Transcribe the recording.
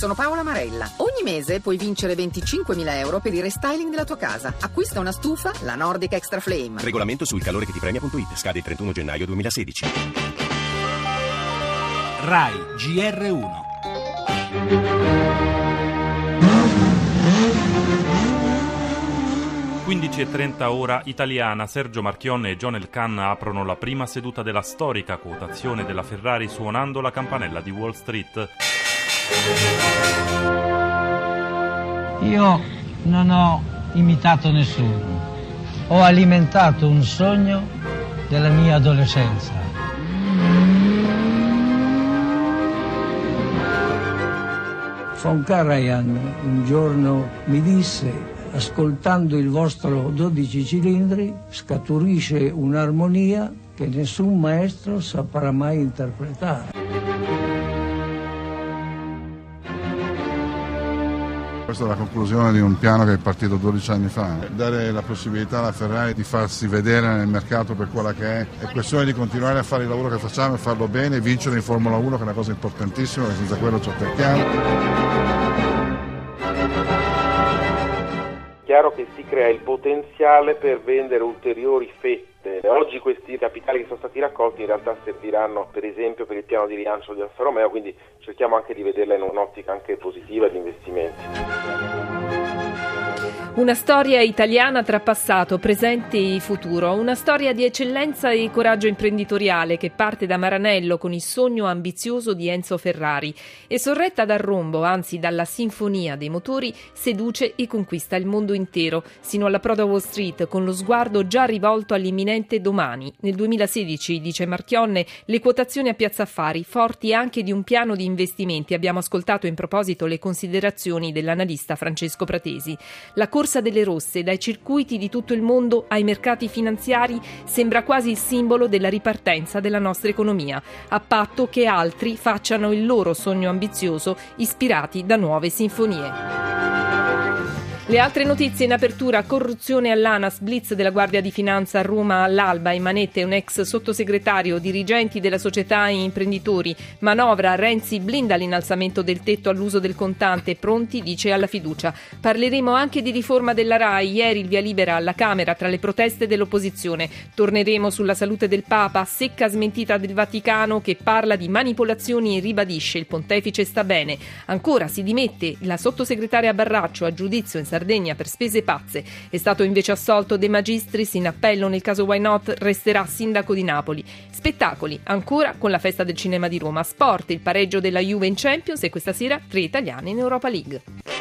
sono Paola Marella. Ogni mese puoi vincere 25.000 euro per il restyling della tua casa. Acquista una stufa, la Nordic Extra Flame. Regolamento sul calore che ti premia.it. Scade il 31 gennaio 2016. RAI GR1. (15:30 ora italiana). Sergio Marchionne e John Elkann aprono la prima seduta della storica quotazione della Ferrari suonando la campanella di Wall Street. Io non ho imitato nessuno, ho alimentato un sogno della mia adolescenza. Von Karajan un giorno mi disse: ascoltando il vostro 12 cilindri scaturisce un'armonia che nessun maestro saprà mai interpretare. Questa è la conclusione di un piano che è partito 12 anni fa. Dare la possibilità alla Ferrari di farsi vedere nel mercato per quella che è questione di continuare a fare il lavoro che facciamo e farlo bene, vincere in Formula 1, che è una cosa importantissima, che senza quello ci attacchiamo. È chiaro che si crea il potenziale per vendere ulteriori fette. Oggi questi capitali che sono stati raccolti in realtà serviranno per esempio per il piano di rilancio di Alfa Romeo, quindi cerchiamo anche di vederla in un'ottica anche positiva di investimenti. Una storia italiana tra passato, presente e futuro, una storia di eccellenza e coraggio imprenditoriale che parte da Maranello con il sogno ambizioso di Enzo Ferrari e sorretta dal rombo, anzi dalla sinfonia dei motori, seduce e conquista il mondo intero, sino alla proda Wall Street, con lo sguardo già rivolto all'imminente domani. Nel 2016, dice Marchionne, le quotazioni a Piazza Affari, forti anche di un piano di investimenti. Abbiamo ascoltato in proposito le considerazioni dell'analista Francesco Pratesi. La corsa delle rosse dai circuiti di tutto il mondo ai mercati finanziari sembra quasi il simbolo della ripartenza della nostra economia, a patto che altri facciano il loro sogno ambizioso ispirati da nuove sinfonie. Le altre notizie in apertura: corruzione all'ANAS, blitz della Guardia di Finanza a Roma all'alba, in manette un ex sottosegretario, dirigenti della società e imprenditori, manovra, Renzi blinda l'innalzamento del tetto all'uso del contante, pronti, dice, alla fiducia. Parleremo anche di riforma della RAI, ieri il via libera alla Camera tra le proteste dell'opposizione. Torneremo sulla salute del Papa, secca smentita del Vaticano che parla di manipolazioni e ribadisce il pontefice sta bene. Ancora si dimette la sottosegretaria Barraccio, a giudizio in Sardegna per spese pazze. È stato invece assolto De Magistris in appello nel caso Why Not, resterà sindaco di Napoli. Spettacoli ancora con la festa del cinema di Roma. Sport, il pareggio della Juve in Champions e questa sera 3 italiane in Europa League.